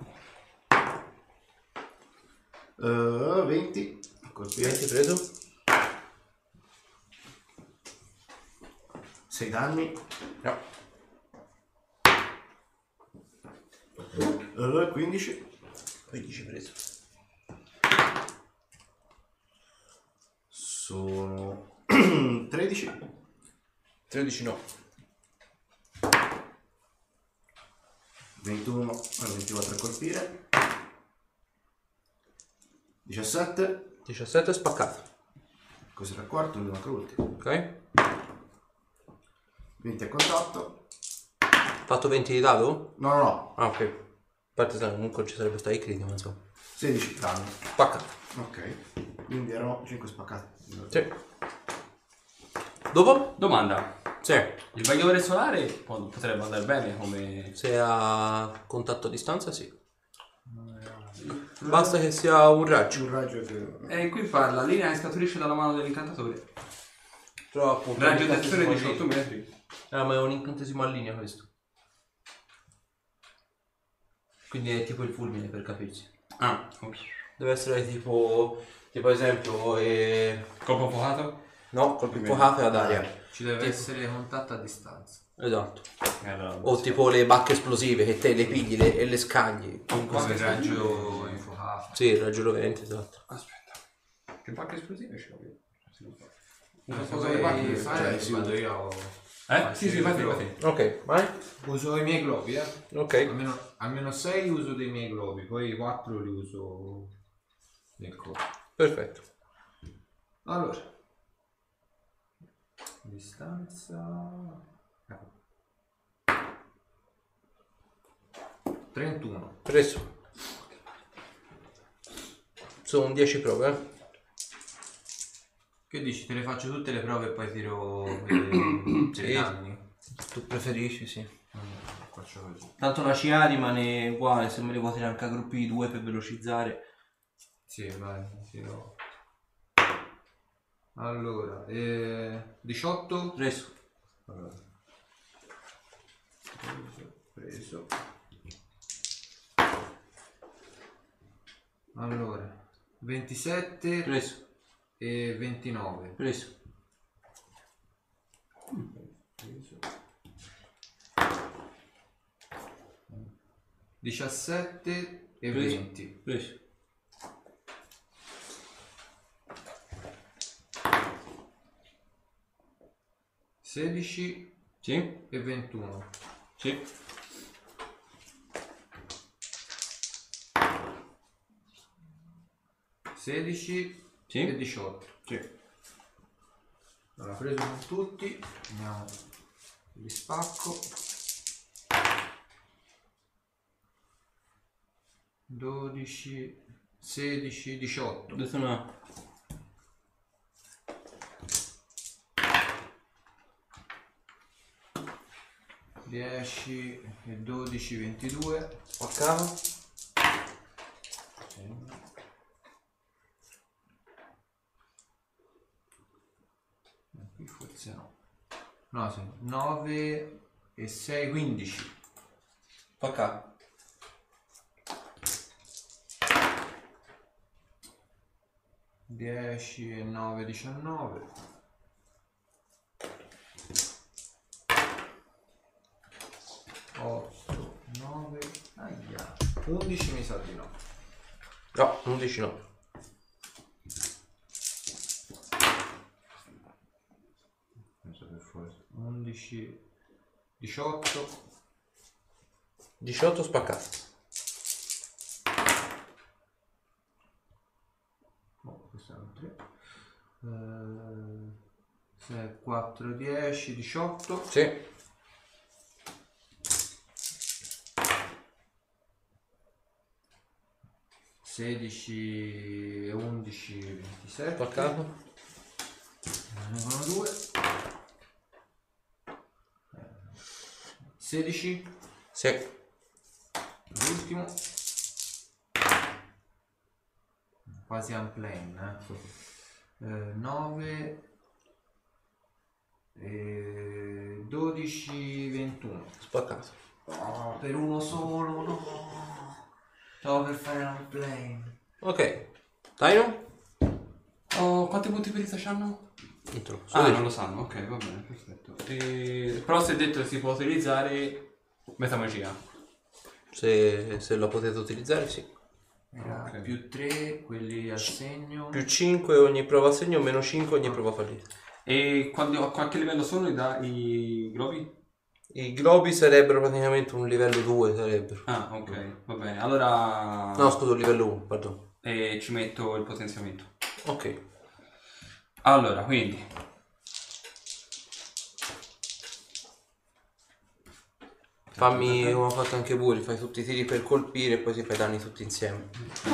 20. Colpire. 20 preso? 6 danni. No. 15. 15 preso. Sono 13. 13 no. 21. 24 a colpire. 17. 17 spaccato. Questo era il quarto, mi manca l'ultimo. Ok. 20 a contatto. Fatto 20 di dado? No, no, no. Ah, ok. A parte se comunque ci sarebbe stato i critici, ma insomma. 16 danni. Spaccato. Ok. Quindi erano 5 spaccati. Sì. Dopo? Domanda. Sì. Il bagliore solare potrebbe andare bene come... Se a contatto a distanza, sì. Basta che sia un raggio. Un raggio che... E qui fa la linea che scaturisce dalla mano dell'incantatore. Però appunto... Raggio un di azione incantesimo 18 a linea. metri. Ma è un incantesimo a linea questo. Quindi è tipo il fulmine per capirsi. Ah, ok. Deve essere tipo ad esempio Colpo fuocato? no, colpo infuocato ad aria. Ci deve Tipo. essere contatto a distanza. Esatto. Allora, O tipo le bacche esplosive che te le pigli e le scagli. Come il raggio infuocato. Sì, il raggio rovente, esatto. Aspetta. Che pacche esplosive ce l'ho io? Se Cosa le pacche? vuoi fare, sì, vado io. Sì, fate. Ok, vai. Uso i miei globi, Ok. Almeno 6 uso dei miei globi, poi 4 li uso nel corpo. Perfetto. Allora. Distanza... 31. Preso. Sono 10 prove, Che dici? Te le faccio tutte le prove e poi tiro i Sì. danni? Tu preferisci, sì. Faccio così. Tanto la CA rimane uguale, se me le vuoi tirare anche a gruppi di 2 per velocizzare. Sì, vai, tiro. Allora, 18. Preso. Allora. Preso. Allora, 27 Preso. e 29. Preso. Preso. 17 e Preso. 20. Preso. Sedici Sì. e 21. Sì. Sedici Sì. e 18. Sì. Allora, preso con tutti, andiamo, li spacco. 12, 16, 18. Adesso no. Dieci e 12, 22. Spaccavo. Qui forse no. No, sì. 9 e 6, 15. Spaccavo. 10 e 9, 19. 8, 9, aia. 11 mi sa di no. No, 11 no. Penso per forza. 11, 18. 18 spaccato. Oh, questo è un 3. 4, 10, 18. Sì. 16 e 11, 27. Spaccato. Ne vengono 2. 16. Sì. L'ultimo. Quasi unplane. 9. 12, 21. Spaccato. Oh, per uno solo, no. Stavo per fare unplane. Ok. Taino? Oh, quanti punti perita c'hanno? Non lo sanno, ok, va bene, perfetto. Però si è detto che si può utilizzare metamagia. Se la potete utilizzare, sì. Era Ok. più 3, quelli a segno. Più 5 ogni prova a segno, meno 5 ogni prova fallita. E a qualche livello sono i globi? I globi sarebbero praticamente un livello 2, sarebbero. Ah, ok, va bene. Allora... No, scusa, un livello 1, perdono. E ci metto il potenziamento. Ok. Allora, quindi... Fammi come ho fatto anche voi, fai tutti i tiri per colpire e poi si fai danni tutti insieme.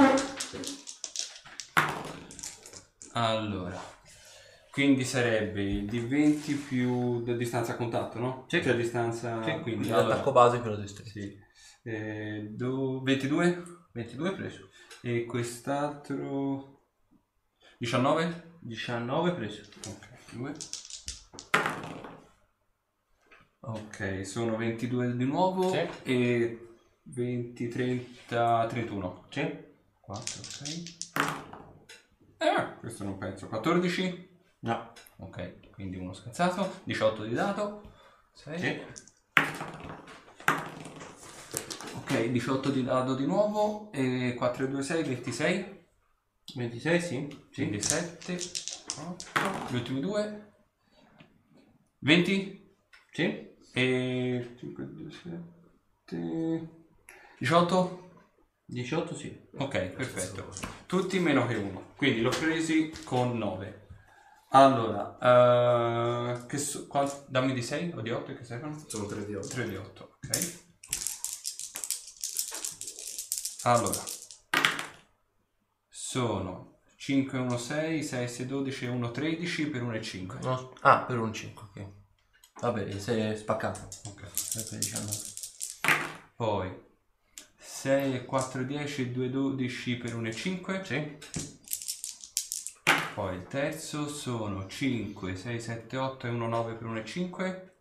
Allora... Quindi sarebbe il D20 più da distanza a contatto, no? Sì. Cioè distanza... Sì, quindi l'attacco base per la destrezza. Sì. 22? 22 preso. E quest'altro... 19? 19 preso. Ok, 2. Ok, sono 22 di nuovo. Sì. E 20, 30, 31. Sì. 4, 6. Questo non penso. 14? No. Ok, quindi uno scazzato. 18 di dato. 6. Sì. Ok, 18 di dado di nuovo. E 4 e 2, 6, 26. 26, sì. Quindi 7, 8, gli ultimi 2. 20. Sì. E 5, 2, 7, 18? 18, sì. Ok, perfetto. Tutti meno che uno. Quindi l'ho presi con 9. Allora, dammi di 6 o di 8 che servono? Sono 3 di 8. 3 di 8, ok. Allora, sono 5, 1, 6, 6, 6, 12 e 1, 13 per 1 e 5. No. Per un 5, ok. Vabbè, si è spaccato. Ok. Per 19. Poi 6 e 4, 10, 2, 12 per 1 e 5. Sì. Poi il terzo sono 5, 6, 7, 8 e 1, 9 per 1 e 5.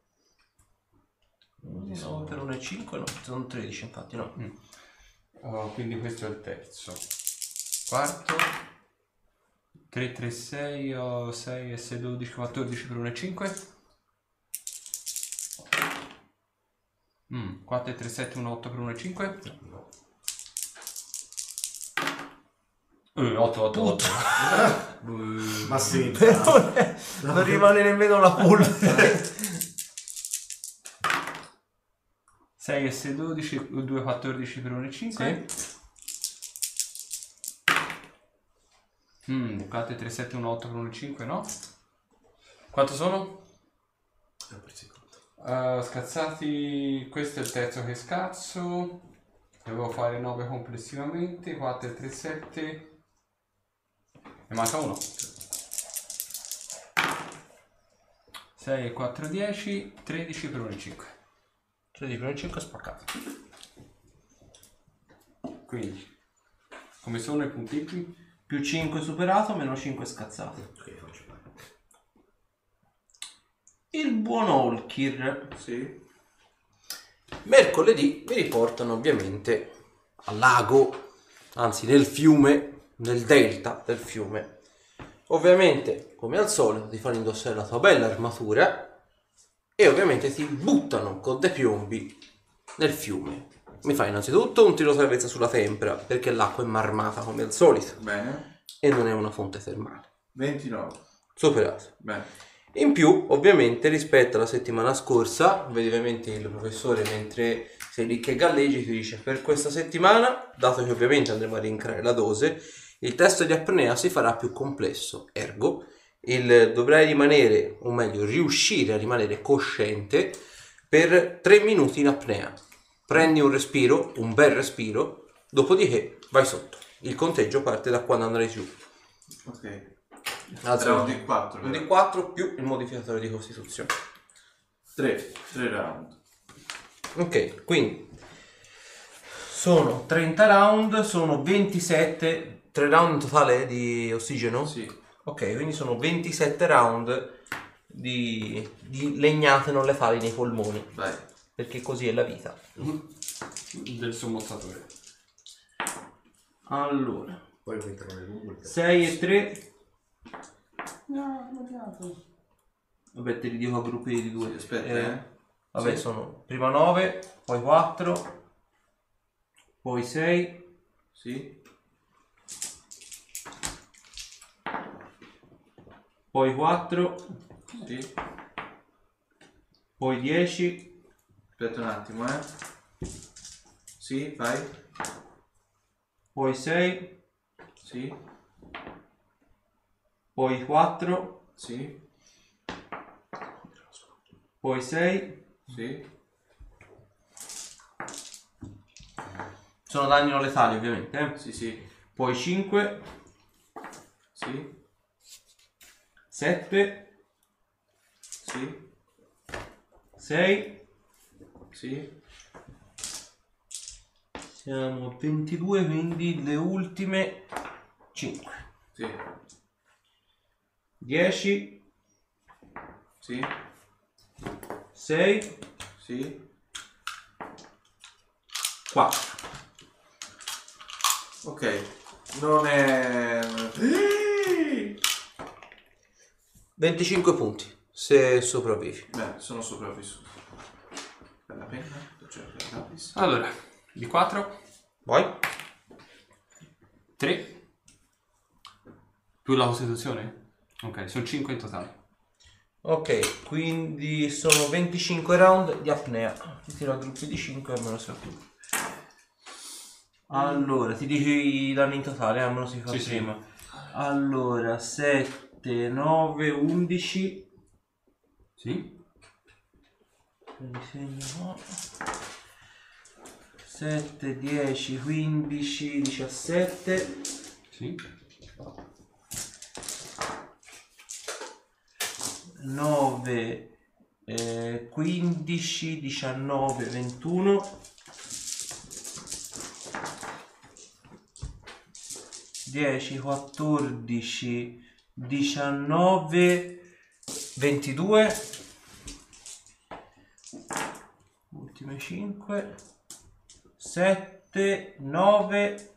9 per 1 e 5, no. Sono 13, infatti, no. Quindi questo è il terzo. Quarto 3, 3, 6, 6 e 6, 12, 14 per 1 e 5. 4 e 3, 7, 1, 8 per 1 e 5. 8, 8, 8. Ma sì. Non rimane nemmeno la polvere. 6 e 6, 12, 2, 14 per 1 e 5. Sì. 4 e 3, 7, 1, 8 per 1 e 5, no? Quanto sono? Scazzati, questo è il terzo che scazzo. Devo fare 9 complessivamente. 4 e 3, 7. Ne manca uno. 6 e 4, 10. 13 per 1 e 5. 13 per 1 e 5 spaccato. Quindi, come sono i punteggi? Più 5 superato, meno 5 scazzato. Il buon Olkir. Sì. Mercoledì vi riportano ovviamente al lago, anzi nel fiume, nel delta del fiume. Ovviamente, come al solito, ti fanno indossare la tua bella armatura e ovviamente ti buttano con dei piombi nel fiume. Mi fai innanzitutto un tiro salvezza sulla tempera, perché l'acqua è marmata come al solito Bene. e non è una fonte termale. 29. Superato. Bene. In più, ovviamente, rispetto alla settimana scorsa, vedi ovviamente il professore mentre sei lì che galleggi ti dice: per questa settimana, dato che ovviamente andremo a rincreare la dose, il test di apnea si farà più complesso, ergo dovrai rimanere, o meglio riuscire a rimanere cosciente per 3 minuti in apnea. Prendi un respiro, un bel respiro, dopodiché vai sotto. Il conteggio parte da quando andrai giù. Ok. Alza Un D4. un D4 più il modificatore di costituzione. 3 round. Ok, quindi sono 30 round, sono 27, 3 round in totale di ossigeno? Sì. Ok, quindi sono 27 round di legnate non letali nei polmoni. Vai. Perché così è la vita. Del sommozzatore. Allora, Poi lo mettono nel lungo. 6 e 3. No, ho sbagliato. Vabbè, te li dico a gruppi di 2. Sì, aspetta, Vabbè, Sì. sono prima 9, poi 4, poi 6, Sì. poi 4, Sì. poi 10, Aspetta un attimo, Sì, vai. poi 6, Sì. poi 4, Sì. poi 6. Sì. Sono danni non letali ovviamente. Sì, sì. Poi 5, Sì. 7, Sì. 6. Sì. Siamo a 22, quindi le ultime 5. Sì. 10, Sì. 6, Sì. 4. Ok. Non è... 25 punti se sopravvivi. Beh, sono sopravvissuto. Per la penna, c'è il lapis. Allora, di 4, Vai. 3, più la costituzione? Ok, sono 5 in totale. Ok, quindi sono 25 round di apnea. Ti tiro a gruppi di 5 almeno se più. Allora, ti dico i danni in totale, almeno si fa Sì, sì. prima. Allora, 7, 9, 11. Sì? Quindi segno qua. 7, 10, 15, 17. Sì? 9, 15, 19, 21, 10, 14, 19, 22, ultime 5, 7, 9,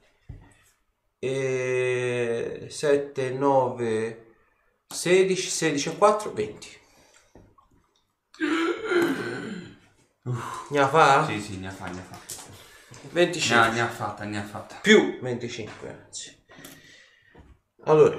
7, 9, 16, 16 e 4, 20. Ne ha fa? Sì, sì, ne ha fatta, ne ha fatta. 25. Ne ha fatta, ne ha fatta. Più 25, anzi. Allora.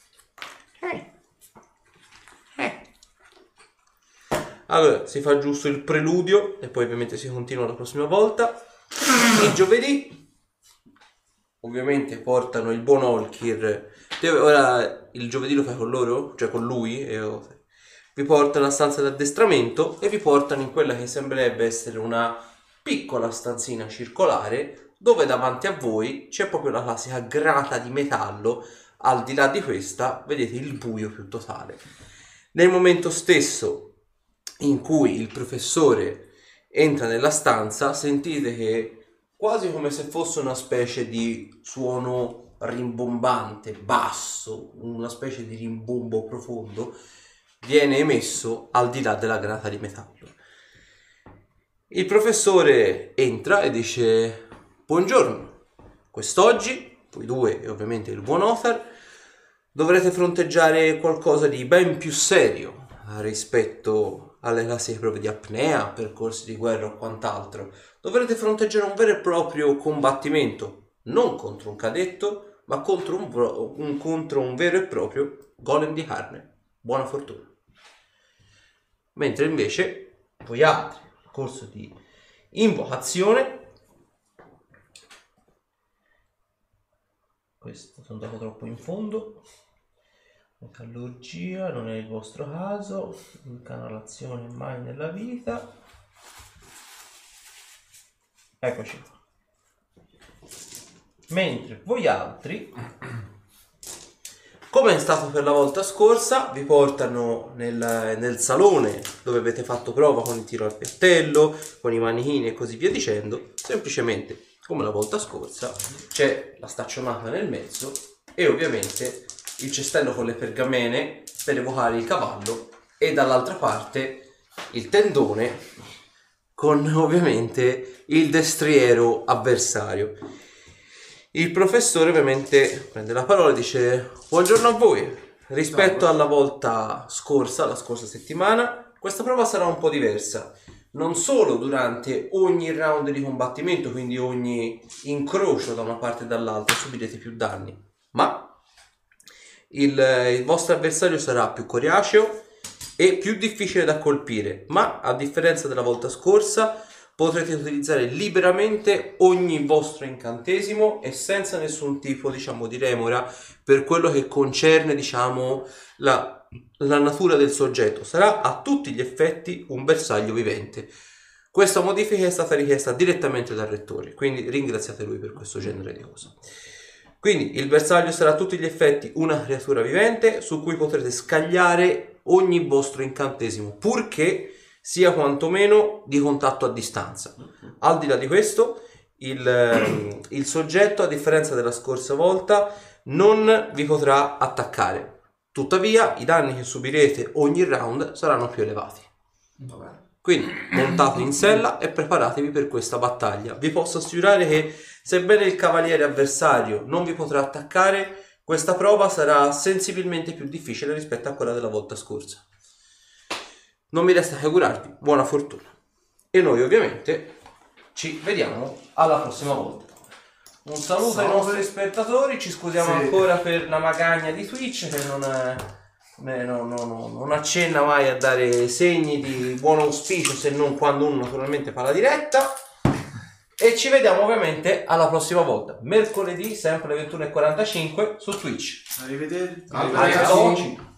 Allora, si fa giusto il preludio e poi ovviamente si continua la prossima volta. Il giovedì ovviamente portano il buon Olkir. Ora il giovedì lo fai con loro? Cioè con lui? Vi portano alla stanza di addestramento e vi portano in quella che sembrerebbe essere una piccola stanzina circolare dove davanti a voi c'è proprio la classica grata di metallo. Al di là di questa vedete il buio più totale. Nel momento stesso in cui il professore entra nella stanza sentite che quasi come se fosse una specie di suono rimbombante, basso, una specie di rimbombo profondo viene emesso al di là della grata di metallo. Il professore entra e dice: buongiorno, quest'oggi voi due e ovviamente il buon Othar dovrete fronteggiare qualcosa di ben più serio rispetto alle classiche prove di apnea, percorsi di guerra o quant'altro. Dovrete fronteggiare un vero e proprio combattimento, non contro un cadetto, ma contro un vero e proprio golem di carne. Buona fortuna. Mentre invece voi altri, nel corso di invocazione, questo sono andato troppo in fondo, metallurgia non è il vostro caso, incanalazione mai nella vita, eccoci qua. Mentre voi altri Come è stato per la volta scorsa, vi portano nel salone dove avete fatto prova con il tiro al piattello, con i manichini e così via dicendo. Semplicemente, come la volta scorsa, c'è la staccionata nel mezzo e ovviamente il cestello con le pergamene per evocare il cavallo e dall'altra parte il tendone con ovviamente il destriero avversario. Il professore ovviamente prende la parola e dice: buongiorno a voi. Rispetto alla volta scorsa, la scorsa settimana, questa prova sarà un po' diversa. Non solo durante ogni round di combattimento, quindi ogni incrocio da una parte e dall'altra, subirete più danni, ma il vostro avversario sarà più coriaceo e più difficile da colpire, ma a differenza della volta scorsa potrete utilizzare liberamente ogni vostro incantesimo e senza nessun tipo, diciamo, di remora per quello che concerne, diciamo, la natura del soggetto. Sarà a tutti gli effetti un bersaglio vivente. Questa modifica è stata richiesta direttamente dal rettore, quindi ringraziate lui per questo genere di cose. Quindi il bersaglio sarà a tutti gli effetti una creatura vivente su cui potrete scagliare ogni vostro incantesimo, purché sia quantomeno di contatto a distanza. Al di là di questo, il soggetto, a differenza della scorsa volta, non vi potrà attaccare. Tuttavia, i danni che subirete ogni round saranno più elevati. Quindi, montate in sella e preparatevi per questa battaglia. Vi posso assicurare che, sebbene il cavaliere avversario non vi potrà attaccare, questa prova sarà sensibilmente più difficile rispetto a quella della volta scorsa. Non mi resta che augurarvi buona fortuna. E noi ovviamente ci vediamo alla prossima volta. Un saluto ai nostri spettatori, ci scusiamo ancora per la magagna di Twitch che non accenna mai a dare segni di buon auspicio se non quando uno naturalmente fa la diretta. E ci vediamo ovviamente alla prossima volta, mercoledì sempre alle 21:45 su Twitch. Arrivederci. Arrivederci.